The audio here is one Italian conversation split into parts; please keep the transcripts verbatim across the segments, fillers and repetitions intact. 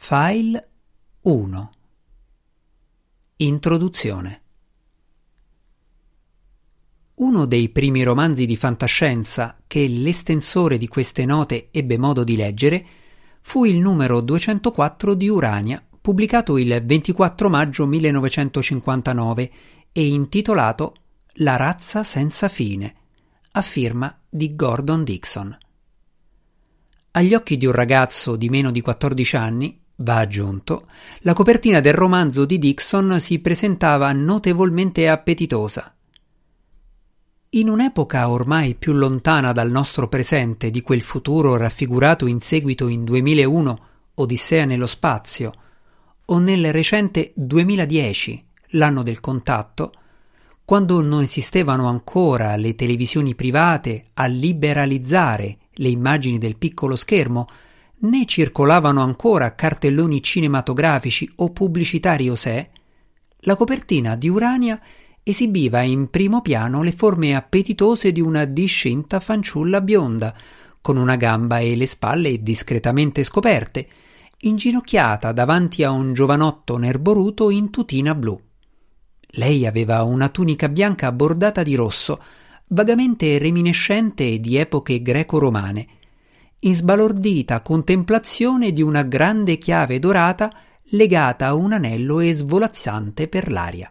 File uno. Introduzione. Uno dei primi romanzi di fantascienza che l'estensore di queste note ebbe modo di leggere fu il numero duecentoquattro di Urania, pubblicato il ventiquattro maggio millenovecentocinquantanove e intitolato La razza senza fine, a firma di Gordon Dickson. Agli occhi di un ragazzo di meno di quattordici anni, va aggiunto, la copertina del romanzo di Dickson si presentava notevolmente appetitosa. In un'epoca ormai più lontana dal nostro presente di quel futuro raffigurato in seguito in duemilauno, Odissea nello spazio, o nel recente duemiladieci, l'anno del contatto, quando non esistevano ancora le televisioni private a liberalizzare le immagini del piccolo schermo, né circolavano ancora cartelloni cinematografici o pubblicitari osè, la copertina di Urania esibiva in primo piano le forme appetitose di una discinta fanciulla bionda, con una gamba e le spalle discretamente scoperte, inginocchiata davanti a un giovanotto nerboruto in tutina blu. Lei aveva una tunica bianca bordata di rosso, vagamente reminiscente di epoche greco-romane, in sbalordita contemplazione di una grande chiave dorata legata a un anello e svolazzante per l'aria.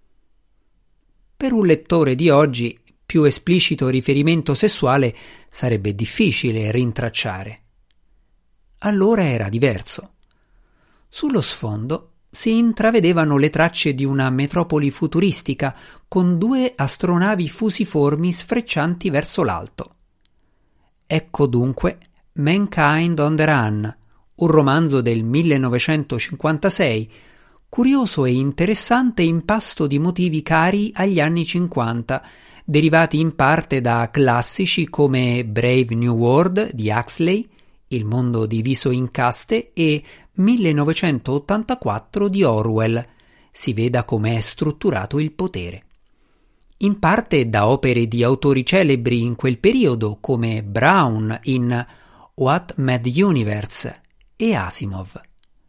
Per un lettore di oggi, più esplicito riferimento sessuale sarebbe difficile rintracciare. Allora era diverso. Sullo sfondo si intravedevano le tracce di una metropoli futuristica con due astronavi fusiformi sfreccianti verso l'alto. Ecco dunque Mankind on the Run, un romanzo del millenovecentocinquantasei, curioso e interessante impasto di motivi cari agli anni cinquanta, derivati in parte da classici come Brave New World di Huxley, Il mondo diviso in caste, e millenovecentottantaquattro di Orwell, Si veda com'è strutturato il potere. In parte da opere di autori celebri in quel periodo come Brown in What Mad Universe e Asimov.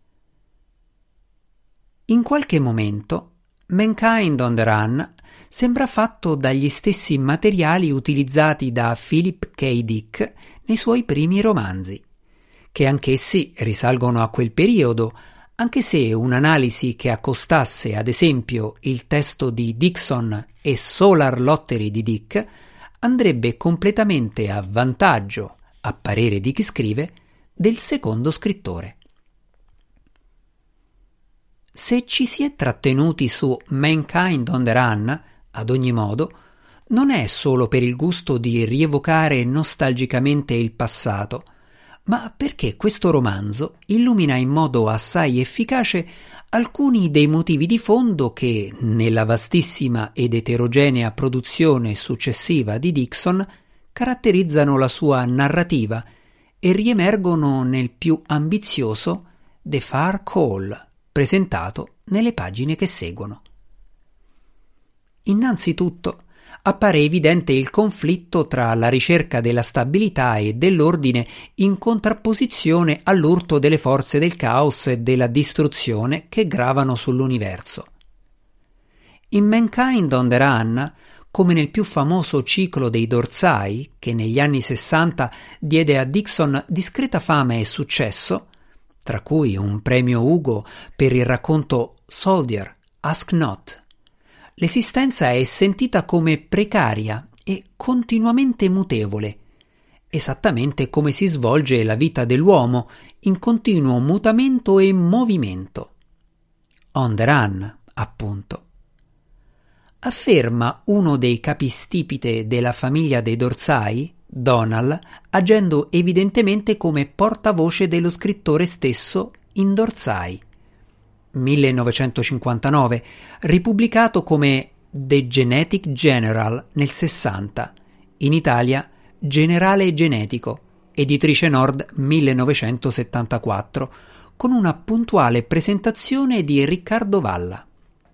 In qualche momento Mankind on the Run sembra fatto dagli stessi materiali utilizzati da Philip K. Dick nei suoi primi romanzi, che anch'essi risalgono a quel periodo, anche se un'analisi che accostasse ad esempio il testo di Dickson e Solar Lottery di Dick andrebbe completamente a vantaggio, a parere di chi scrive, del secondo scrittore. Se ci si è trattenuti su Mankind on the Run, ad ogni modo, non è solo per il gusto di rievocare nostalgicamente il passato, ma perché questo romanzo illumina in modo assai efficace alcuni dei motivi di fondo che, nella vastissima ed eterogenea produzione successiva di Dickson, caratterizzano la sua narrativa e riemergono nel più ambizioso The Far Call, presentato nelle pagine che seguono. Innanzitutto appare evidente il conflitto tra la ricerca della stabilità e dell'ordine in contrapposizione all'urto delle forze del caos e della distruzione che gravano sull'universo. In Mankind on the Run, come nel più famoso ciclo dei Dorsai, che negli anni sessanta diede a Dickson discreta fama e successo, tra cui un premio Hugo per il racconto Soldier, Ask Not, l'esistenza è sentita come precaria e continuamente mutevole, esattamente come si svolge la vita dell'uomo in continuo mutamento e movimento. On the Run, appunto. Afferma uno dei capistipite della famiglia dei Dorsai, Donald, agendo evidentemente come portavoce dello scrittore stesso in Dorsai, millenovecentocinquantanove, ripubblicato come The Genetic General nel sessanta, in Italia Generale Genetico, editrice Nord millenovecentosettantaquattro, con una puntuale presentazione di Riccardo Valla.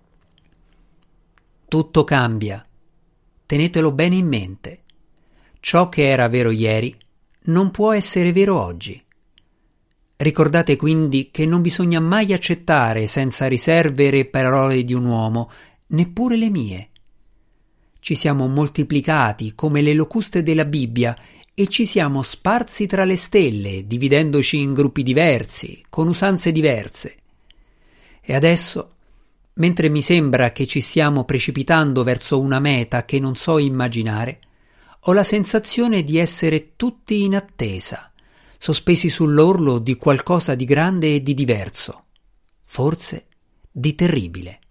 Tutto cambia, tenetelo bene in mente. Ciò che era vero ieri non può essere vero oggi. Ricordate quindi che non bisogna mai accettare senza riserve le parole di un uomo, neppure le mie. Ci siamo moltiplicati come le locuste della Bibbia e ci siamo sparsi tra le stelle, dividendoci in gruppi diversi, con usanze diverse. E adesso, mentre mi sembra che ci stiamo precipitando verso una meta che non so immaginare, ho la sensazione di essere tutti in attesa, sospesi sull'orlo di qualcosa di grande e di diverso, forse di terribile.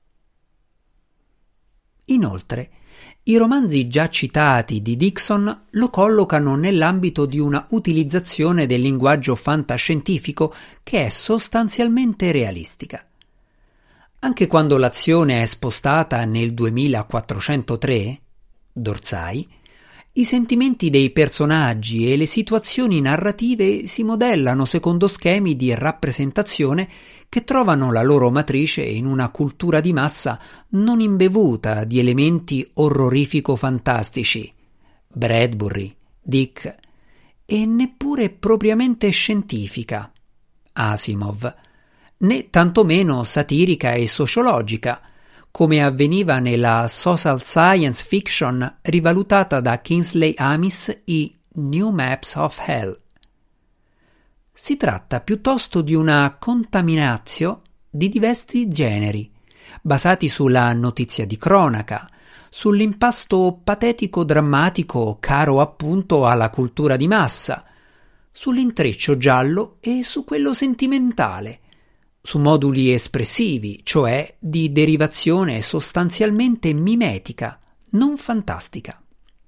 Inoltre, i romanzi già citati di Dixon lo collocano nell'ambito di una utilizzazione del linguaggio fantascientifico che è sostanzialmente realistica. Anche quando l'azione è spostata nel duemilaquattrocentotre, Dorsai, i sentimenti dei personaggi e le situazioni narrative si modellano secondo schemi di rappresentazione che trovano la loro matrice in una cultura di massa non imbevuta di elementi orrorifico-fantastici, Bradbury, Dick, e neppure propriamente scientifica, Asimov, né tantomeno satirica e sociologica, come avveniva nella social science fiction rivalutata da Kingsley Amis i New Maps of Hell. Si tratta piuttosto di una contaminatio di diversi generi, basati sulla notizia di cronaca, sull'impasto patetico-drammatico caro appunto alla cultura di massa, sull'intreccio giallo e su quello sentimentale, su moduli espressivi, cioè di derivazione sostanzialmente mimetica, non fantastica.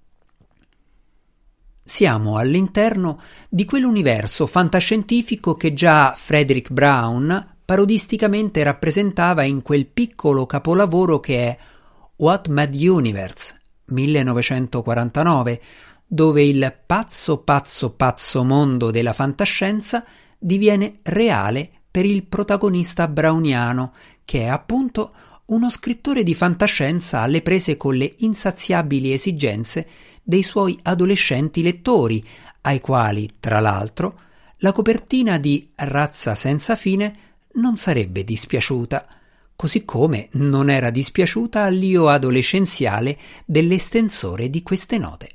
Siamo all'interno di quell'universo fantascientifico che già Frederick Brown parodisticamente rappresentava in quel piccolo capolavoro che è What Mad Universe, millenovecentoquarantanove, dove il pazzo pazzo pazzo mondo della fantascienza diviene reale per il protagonista browniano, che è appunto uno scrittore di fantascienza alle prese con le insaziabili esigenze dei suoi adolescenti lettori, ai quali, tra l'altro, la copertina di Razza senza fine non sarebbe dispiaciuta, così come non era dispiaciuta all'io adolescenziale dell'estensore di queste note.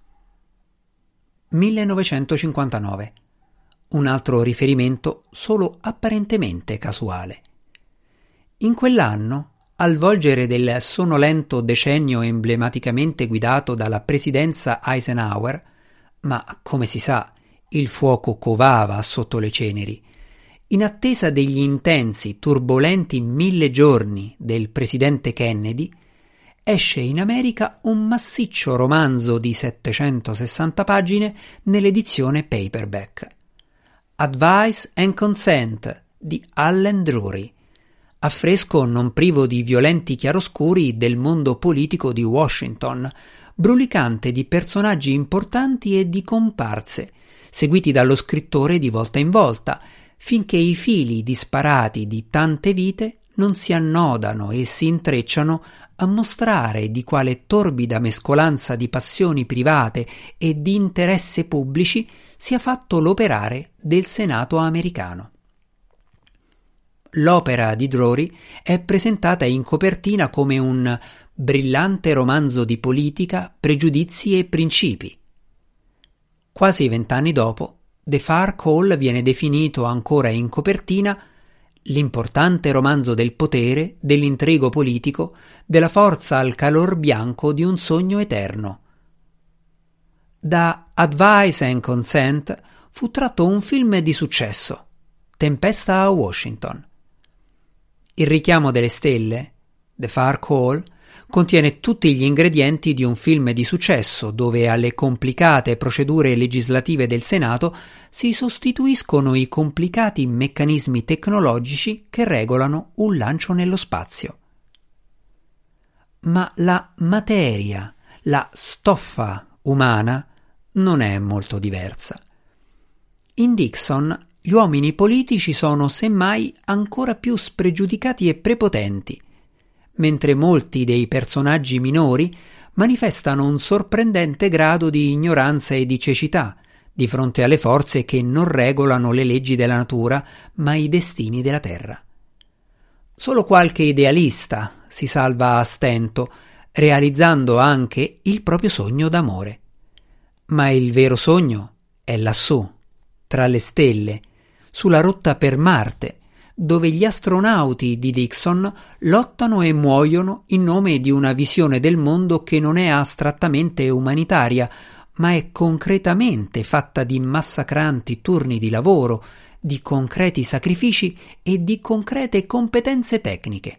millenovecentocinquantanove. Un altro riferimento solo apparentemente casuale. In quell'anno, al volgere del sonnolento decennio emblematicamente guidato dalla presidenza Eisenhower, ma come si sa, il fuoco covava sotto le ceneri, in attesa degli intensi, turbolenti mille giorni del presidente Kennedy, esce in America un massiccio romanzo di settecentosessanta pagine nell'edizione paperback. Advice and Consent di Allen Drury, affresco non privo di violenti chiaroscuri del mondo politico di Washington, brulicante di personaggi importanti e di comparse, seguiti dallo scrittore di volta in volta, finché i fili disparati di tante vite non si annodano e si intrecciano a mostrare di quale torbida mescolanza di passioni private e di interesse pubblici sia fatto l'operare del Senato americano. L'opera di Drury è presentata in copertina come un brillante romanzo di politica, pregiudizi e principi. Quasi vent'anni dopo, The Far Call viene definito ancora in copertina l'importante romanzo del potere, dell'intrigo politico, della forza al calor bianco di un sogno eterno. Da Advice and Consent fu tratto un film di successo, Tempesta a Washington. Il richiamo delle stelle, The Far Call, contiene tutti gli ingredienti di un film di successo, dove alle complicate procedure legislative del Senato si sostituiscono i complicati meccanismi tecnologici che regolano un lancio nello spazio. Ma la materia, la stoffa umana, non è molto diversa. In Dixon gli uomini politici sono semmai ancora più spregiudicati e prepotenti, mentre molti dei personaggi minori manifestano un sorprendente grado di ignoranza e di cecità, di fronte alle forze che non regolano le leggi della natura, ma i destini della Terra. Solo qualche idealista si salva a stento, realizzando anche il proprio sogno d'amore. Ma il vero sogno è lassù, tra le stelle, sulla rotta per Marte, dove gli astronauti di Dixon lottano e muoiono in nome di una visione del mondo che non è astrattamente umanitaria, ma è concretamente fatta di massacranti turni di lavoro, di concreti sacrifici e di concrete competenze tecniche.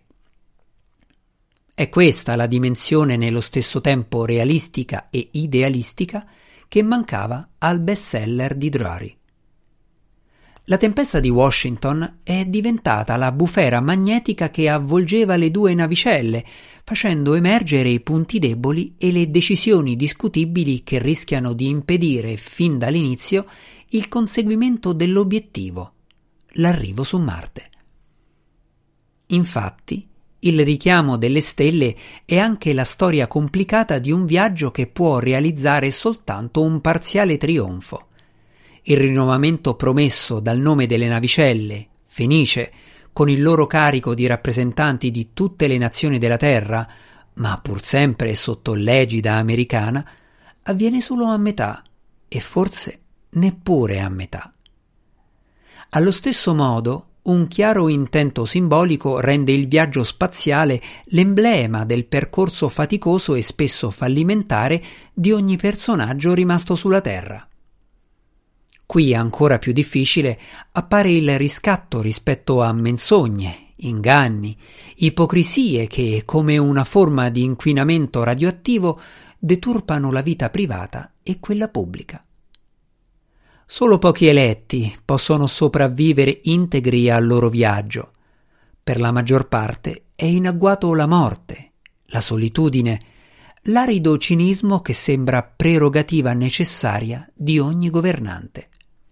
È questa la dimensione nello stesso tempo realistica e idealistica che mancava al bestseller di Drury. La tempesta di Washington è diventata la bufera magnetica che avvolgeva le due navicelle, facendo emergere i punti deboli e le decisioni discutibili che rischiano di impedire fin dall'inizio il conseguimento dell'obiettivo, l'arrivo su Marte. Infatti, il richiamo delle stelle è anche la storia complicata di un viaggio che può realizzare soltanto un parziale trionfo. Il rinnovamento promesso dal nome delle navicelle, Fenice, con il loro carico di rappresentanti di tutte le nazioni della Terra, ma pur sempre sotto l'egida americana, avviene solo a metà, e forse neppure a metà. Allo stesso modo, un chiaro intento simbolico rende il viaggio spaziale l'emblema del percorso faticoso e spesso fallimentare di ogni personaggio rimasto sulla Terra. Qui ancora più difficile appare il riscatto rispetto a menzogne, inganni, ipocrisie che, come una forma di inquinamento radioattivo, deturpano la vita privata e quella pubblica. Solo pochi eletti possono sopravvivere integri al loro viaggio. Per la maggior parte è in agguato la morte, la solitudine, l'arido cinismo che sembra prerogativa necessaria di ogni governante.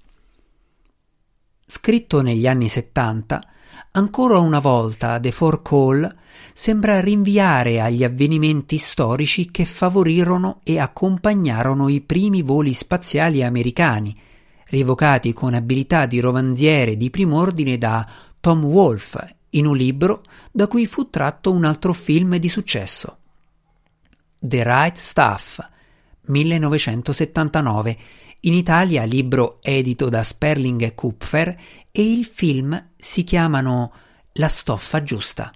Scritto negli anni settanta, ancora una volta The Four Call sembra rinviare agli avvenimenti storici che favorirono e accompagnarono i primi voli spaziali americani, rievocati con abilità di romanziere di prim'ordine da Tom Wolfe in un libro da cui fu tratto un altro film di successo. The Right Stuff, millenovecentosettantanove, in Italia libro edito da Sperling e Kupfer, e il film si chiamano La stoffa giusta.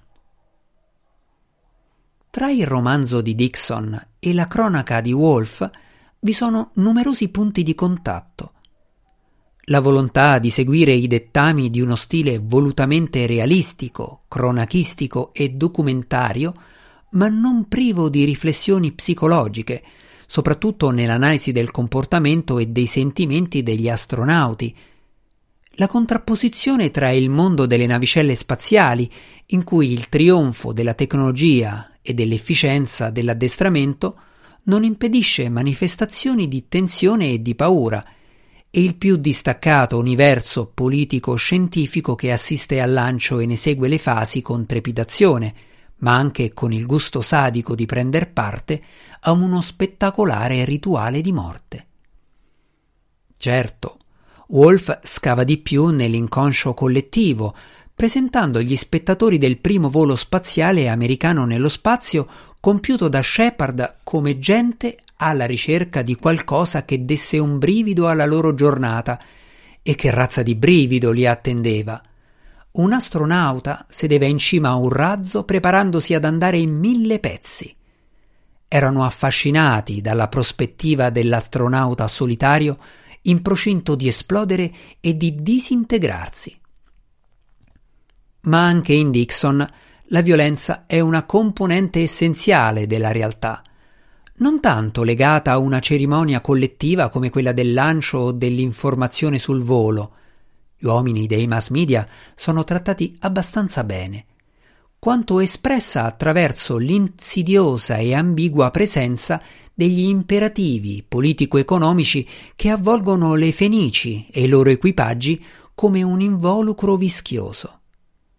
Tra il romanzo di Dixon e la cronaca di Wolfe vi sono numerosi punti di contatto. La volontà di seguire i dettami di uno stile volutamente realistico, cronachistico e documentario, ma non privo di riflessioni psicologiche, soprattutto nell'analisi del comportamento e dei sentimenti degli astronauti. La contrapposizione tra il mondo delle navicelle spaziali, in cui il trionfo della tecnologia e dell'efficienza dell'addestramento non impedisce manifestazioni di tensione e di paura, e il più distaccato universo politico-scientifico che assiste al lancio e ne segue le fasi con trepidazione, ma anche con il gusto sadico di prender parte a uno spettacolare rituale di morte. Certo, Wolfe scava di più nell'inconscio collettivo, presentando gli spettatori del primo volo spaziale americano nello spazio compiuto da Shepard come gente alla ricerca di qualcosa che desse un brivido alla loro giornata. E che razza di brivido li attendeva? Un astronauta sedeva in cima a un razzo preparandosi ad andare in mille pezzi. Erano affascinati dalla prospettiva dell'astronauta solitario in procinto di esplodere e di disintegrarsi. Ma anche in Dixon la violenza è una componente essenziale della realtà, non tanto legata a una cerimonia collettiva come quella del lancio o dell'informazione sul volo. Gli uomini dei mass media sono trattati abbastanza bene, quanto espressa attraverso l'insidiosa e ambigua presenza degli imperativi politico-economici che avvolgono le Fenici e i loro equipaggi come un involucro vischioso.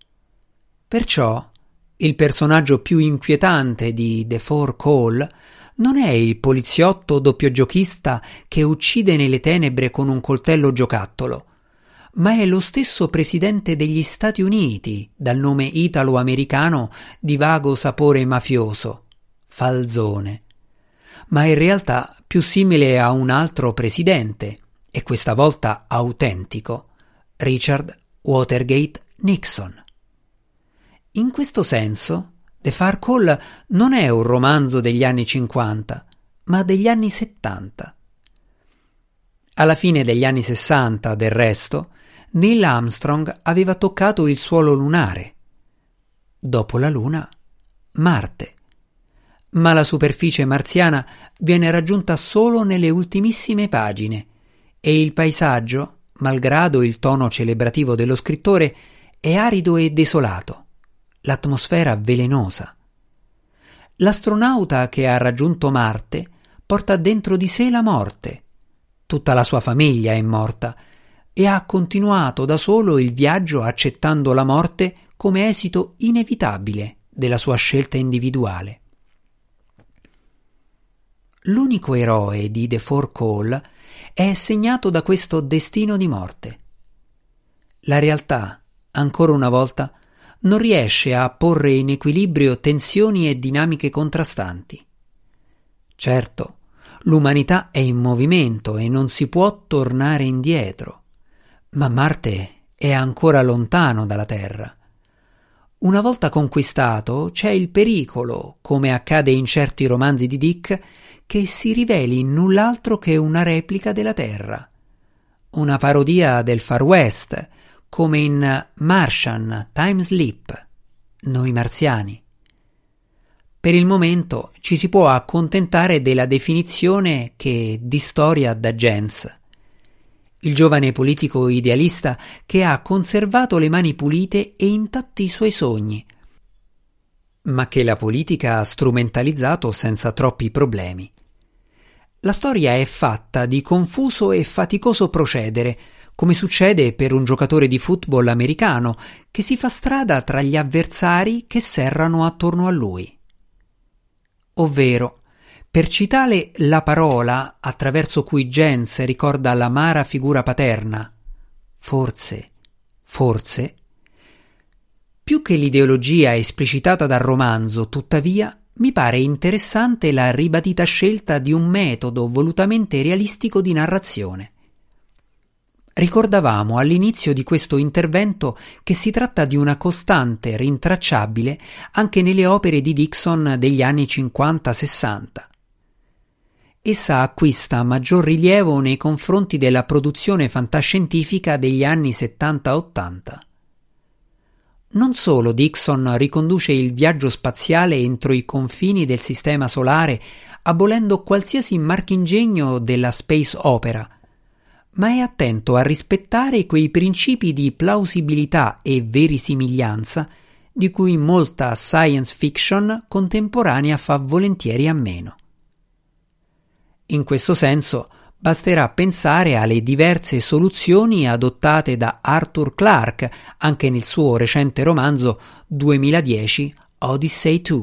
Perciò il personaggio più inquietante di The Four Call non è il poliziotto doppiogiochista che uccide nelle tenebre con un coltello giocattolo, ma è lo stesso presidente degli Stati Uniti, dal nome italo-americano di vago sapore mafioso, Falzone, ma in realtà più simile a un altro presidente, e questa volta autentico, Richard Watergate Nixon. In questo senso, The Far Call non è un romanzo degli anni cinquanta, ma degli anni settanta. Alla fine degli anni sessanta, del resto, Neil Armstrong aveva toccato il suolo lunare. Dopo la Luna, Marte. Ma la superficie marziana viene raggiunta solo nelle ultimissime pagine e il paesaggio, malgrado il tono celebrativo dello scrittore, è arido e desolato, l'atmosfera velenosa. L'astronauta che ha raggiunto Marte porta dentro di sé la morte. Tutta la sua famiglia è morta e ha continuato da solo il viaggio accettando la morte come esito inevitabile della sua scelta individuale. L'unico eroe di The Far Call è segnato da questo destino di morte. La realtà, ancora una volta, non riesce a porre in equilibrio tensioni e dinamiche contrastanti. Certo, l'umanità è in movimento e non si può tornare indietro, ma Marte è ancora lontano dalla Terra. Una volta conquistato c'è il pericolo, come accade in certi romanzi di Dick, che si riveli null'altro che una replica della Terra, una parodia del Far West, come in Martian Time Sleep, Noi marziani. Per il momento ci si può accontentare della definizione che di storia dà Jens, il giovane politico idealista che ha conservato le mani pulite e intatti i suoi sogni, ma che la politica ha strumentalizzato senza troppi problemi. La storia è fatta di confuso e faticoso procedere, come succede per un giocatore di football americano che si fa strada tra gli avversari che serrano attorno a lui. Ovvero, per citare la parola attraverso cui Jens ricorda l'amara figura paterna, forse, forse, più che l'ideologia esplicitata dal romanzo, tuttavia, mi pare interessante la ribadita scelta di un metodo volutamente realistico di narrazione. Ricordavamo all'inizio di questo intervento che si tratta di una costante rintracciabile anche nelle opere di Dixon degli anni cinquanta sessanta. Essa acquista maggior rilievo nei confronti della produzione fantascientifica degli anni settanta ottanta. Non solo Dixon riconduce il viaggio spaziale entro i confini del sistema solare, abolendo qualsiasi marchingegno della space opera, ma è attento a rispettare quei principi di plausibilità e verisimiglianza di cui molta science fiction contemporanea fa volentieri a meno. In questo senso basterà pensare alle diverse soluzioni adottate da Arthur Clarke anche nel suo recente romanzo duemiladieci Odyssey due,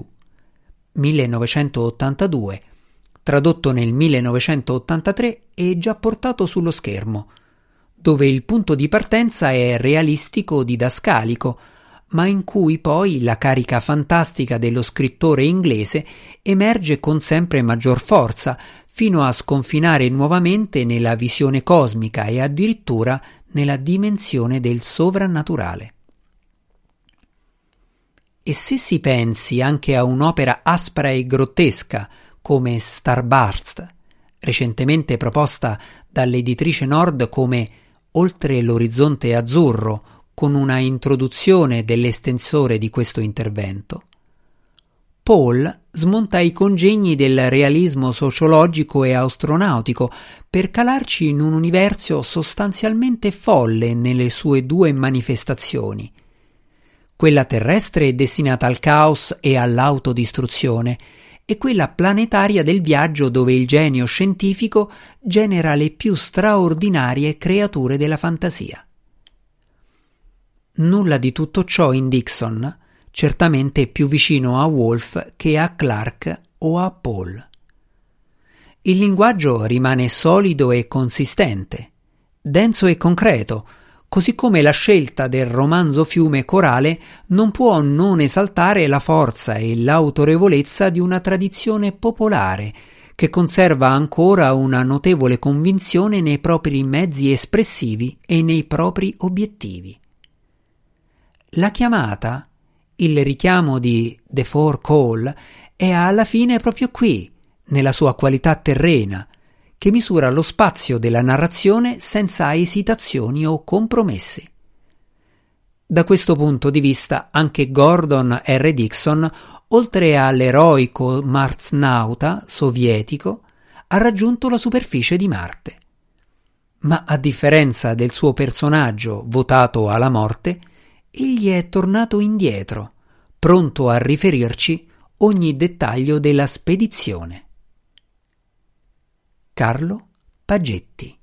millenovecentottantadue, tradotto nel millenovecentottantatré e già portato sullo schermo, dove il punto di partenza è realistico didascalico, ma in cui poi la carica fantastica dello scrittore inglese emerge con sempre maggior forza, fino a sconfinare nuovamente nella visione cosmica e addirittura nella dimensione del sovrannaturale. E se si pensi anche a un'opera aspra e grottesca come Starburst, recentemente proposta dall'editrice Nord come Oltre l'orizzonte azzurro, con una introduzione dell'estensore di questo intervento, Paul smonta i congegni del realismo sociologico e astronautico per calarci in un universo sostanzialmente folle nelle sue due manifestazioni. Quella terrestre è destinata al caos e all'autodistruzione, e quella planetaria del viaggio dove il genio scientifico genera le più straordinarie creature della fantasia. Nulla di tutto ciò in Dixon, certamente più vicino a Woolf che a Clarke o a Paul. Il linguaggio rimane solido e consistente, denso e concreto, così come la scelta del romanzo fiume corale non può non esaltare la forza e l'autorevolezza di una tradizione popolare che conserva ancora una notevole convinzione nei propri mezzi espressivi e nei propri obiettivi. La chiamata, il richiamo di The Four Call, è alla fine proprio qui, nella sua qualità terrena, che misura lo spazio della narrazione senza esitazioni o compromessi. Da questo punto di vista anche Gordon R. Dickson, oltre all'eroico marznauta sovietico, ha raggiunto la superficie di Marte. Ma a differenza del suo personaggio votato alla morte, egli è tornato indietro, pronto a riferirci ogni dettaglio della spedizione. Carlo Pagetti.